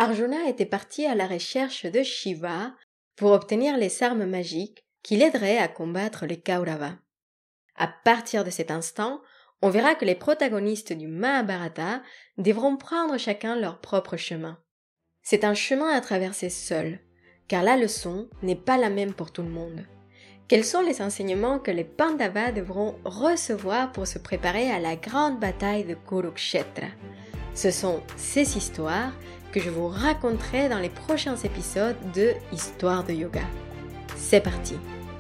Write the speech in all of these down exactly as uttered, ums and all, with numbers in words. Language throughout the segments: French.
Arjuna était parti à la recherche de Shiva pour obtenir les armes magiques qui l'aideraient à combattre les Kauravas. À partir de cet instant, on verra que les protagonistes du Mahabharata devront prendre chacun leur propre chemin. C'est un chemin à traverser seul, car la leçon n'est pas la même pour tout le monde. Quels sont les enseignements que les Pandavas devront recevoir pour se préparer à la grande bataille de Kurukshetra? Ce sont ces histoires que je vous raconterai dans les prochains épisodes de Histoire de Yoga. C'est parti!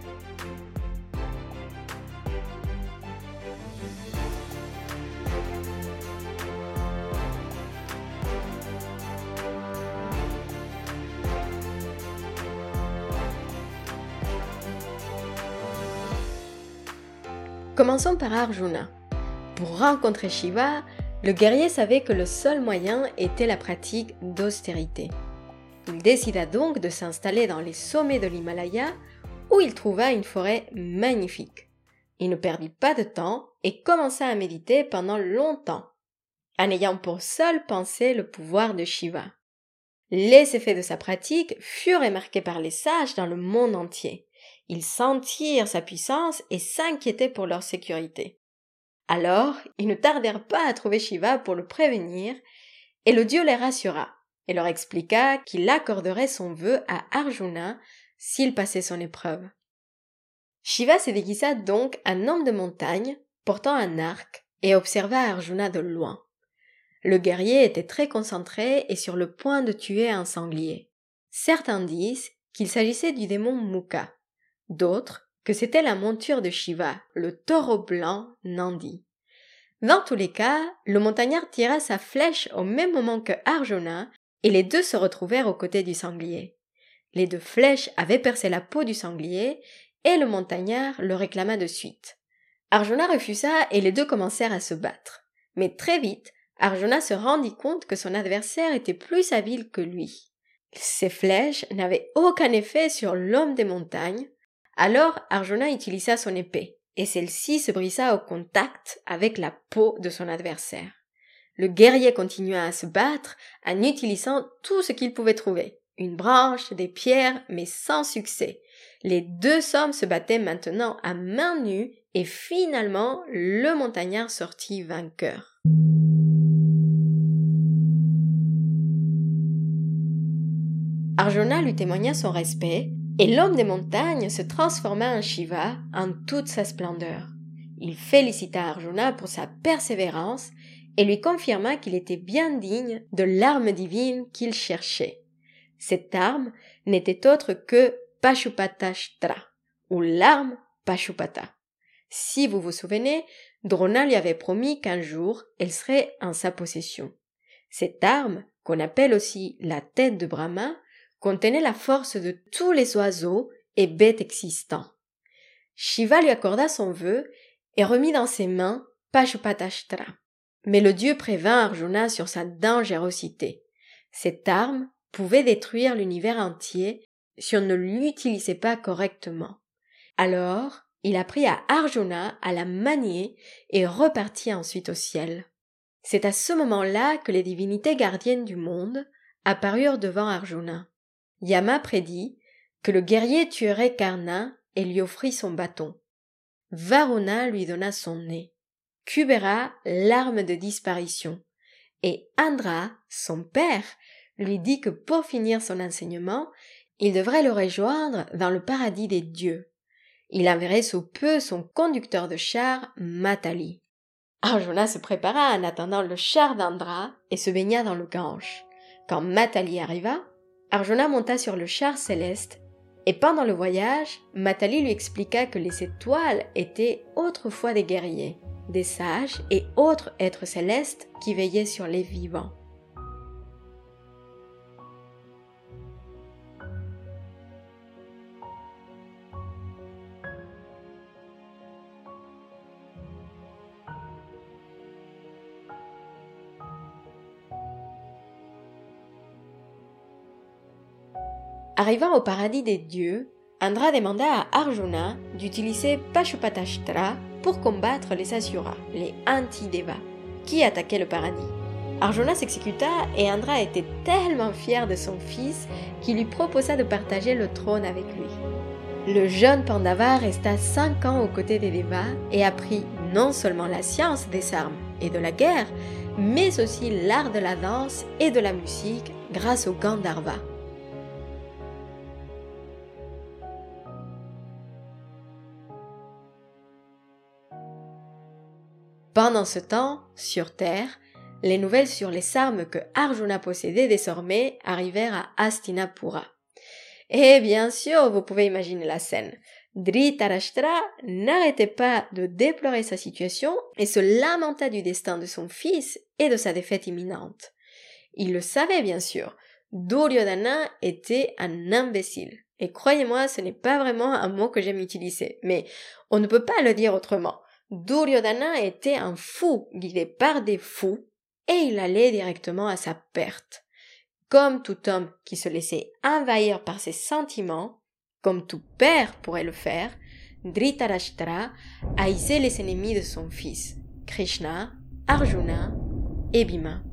Commençons par Arjuna. Pour rencontrer Shiva, le guerrier savait que le seul moyen était la pratique d'austérité. Il décida donc de s'installer dans les sommets de l'Himalaya où il trouva une forêt magnifique. Il ne perdit pas de temps et commença à méditer pendant longtemps, en ayant pour seule pensée le pouvoir de Shiva. Les effets de sa pratique furent remarqués par les sages dans le monde entier. Ils sentirent sa puissance et s'inquiétaient pour leur sécurité. Alors, ils ne tardèrent pas à trouver Shiva pour le prévenir, et le dieu les rassura, et leur expliqua qu'il accorderait son vœu à Arjuna s'il passait son épreuve. Shiva se déguisa donc en homme de montagne, portant un arc, et observa Arjuna de loin. Le guerrier était très concentré et sur le point de tuer un sanglier. Certains disent qu'il s'agissait du démon Mukha. D'autres, que c'était la monture de Shiva, le taureau blanc Nandi. Dans tous les cas, le montagnard tira sa flèche au même moment que Arjuna et les deux se retrouvèrent aux côtés du sanglier. Les deux flèches avaient percé la peau du sanglier et le montagnard le réclama de suite. Arjuna refusa et les deux commencèrent à se battre. Mais très vite, Arjuna se rendit compte que son adversaire était plus habile que lui. Ses flèches n'avaient aucun effet sur l'homme des montagnes. Alors Arjuna utilisa son épée, et celle-ci se brisa au contact avec la peau de son adversaire. Le guerrier continua à se battre en utilisant tout ce qu'il pouvait trouver, une branche, des pierres, mais sans succès. Les deux hommes se battaient maintenant à main nue, et finalement le montagnard sortit vainqueur. Arjuna lui témoigna son respect, et l'homme des montagnes se transforma en Shiva en toute sa splendeur. Il félicita Arjuna pour sa persévérance et lui confirma qu'il était bien digne de l'arme divine qu'il cherchait. Cette arme n'était autre que Pashupatashtra, ou l'arme Pashupata. Si vous vous souvenez, Drona lui avait promis qu'un jour elle serait en sa possession. Cette arme, qu'on appelle aussi la tête de Brahma, contenait la force de tous les oiseaux et bêtes existants. Shiva lui accorda son vœu et remit dans ses mains Pashupatashtra. Mais le dieu prévint Arjuna sur sa dangerosité. Cette arme pouvait détruire l'univers entier si on ne l'utilisait pas correctement. Alors, il apprit à Arjuna à la manier et repartit ensuite au ciel. C'est à ce moment-là que les divinités gardiennes du monde apparurent devant Arjuna. Yama prédit que le guerrier tuerait Karna et lui offrit son bâton. Varuna lui donna son nez, Kubera l'arme de disparition, et Indra, son père, lui dit que pour finir son enseignement, il devrait le rejoindre dans le paradis des dieux. Il enverrait sous peu son conducteur de char, Matali. Arjuna se prépara en attendant le char d'Indra et se baigna dans le Gange. Quand Matali arriva, Arjuna monta sur le char céleste et pendant le voyage, Matali lui expliqua que les étoiles étaient autrefois des guerriers, des sages et autres êtres célestes qui veillaient sur les vivants. Arrivant au paradis des dieux, Indra demanda à Arjuna d'utiliser Pashupatashtra pour combattre les Asuras, les Antidevas, qui attaquaient le paradis. Arjuna s'exécuta et Indra était tellement fier de son fils qu'il lui proposa de partager le trône avec lui. Le jeune Pandava resta cinq ans aux côtés des Devas et apprit non seulement la science des armes et de la guerre, mais aussi l'art de la danse et de la musique grâce au Gandharva. Pendant ce temps, sur Terre, les nouvelles sur les armes que Arjuna possédait désormais arrivèrent à Hastinapura. Et bien sûr, vous pouvez imaginer la scène. Dhritarashtra n'arrêtait pas de déplorer sa situation et se lamenta du destin de son fils et de sa défaite imminente. Il le savait bien sûr, Duryodhana était un imbécile. Et croyez-moi, ce n'est pas vraiment un mot que j'aime utiliser, mais on ne peut pas le dire autrement. Duryodhana était un fou guidé par des fous et il allait directement à sa perte. Comme tout homme qui se laissait envahir par ses sentiments, comme tout père pourrait le faire, Dhritarashtra haïssait les ennemis de son fils, Krishna, Arjuna et Bhima.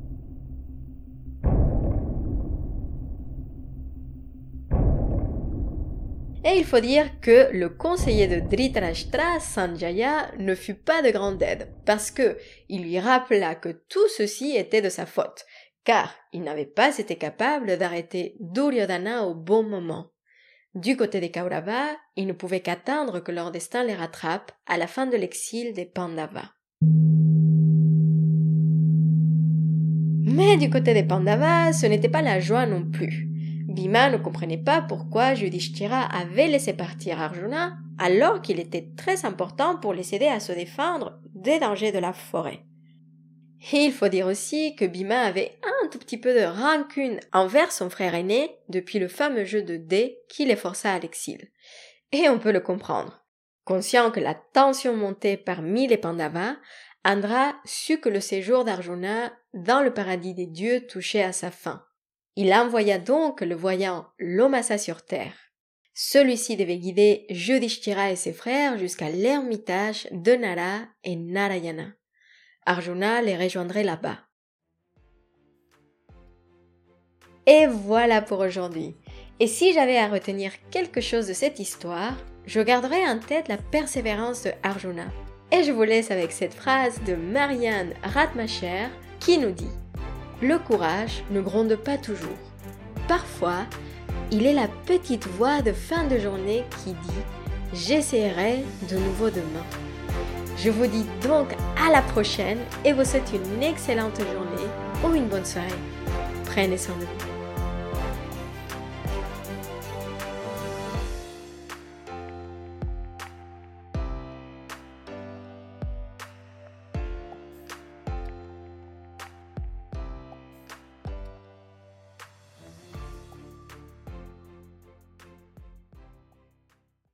Et il faut dire que le conseiller de Dhritarashtra, Sanjaya, ne fut pas de grande aide, parce que il lui rappela que tout ceci était de sa faute, car il n'avait pas été capable d'arrêter Duryodhana au bon moment. Du côté des Kauravas, ils ne pouvaient qu'attendre que leur destin les rattrape à la fin de l'exil des Pandavas. Mais du côté des Pandavas, ce n'était pas la joie non plus. Bhima ne comprenait pas pourquoi Yudhishthira avait laissé partir Arjuna alors qu'il était très important pour les aider à se défendre des dangers de la forêt. Et il faut dire aussi que Bhima avait un tout petit peu de rancune envers son frère aîné depuis le fameux jeu de dés qui les força à l'exil. Et on peut le comprendre. Conscient que la tension montait parmi les Pandavas, Indra sut que le séjour d'Arjuna dans le paradis des dieux touchait à sa fin. Il envoya donc le voyant Lomasa sur terre. Celui-ci devait guider Yudhishthira et ses frères jusqu'à l'ermitage de Nara et Narayana. Arjuna les rejoindrait là-bas. Et voilà pour aujourd'hui. Et si j'avais à retenir quelque chose de cette histoire, je garderais en tête la persévérance de Arjuna. Et je vous laisse avec cette phrase de Marianne Radmacher qui nous dit « Le courage ne gronde pas toujours. Parfois, il est la petite voix de fin de journée qui dit « J'essaierai de nouveau demain ». Je vous dis donc à la prochaine et vous souhaite une excellente journée ou une bonne soirée. Prenez soin de vous.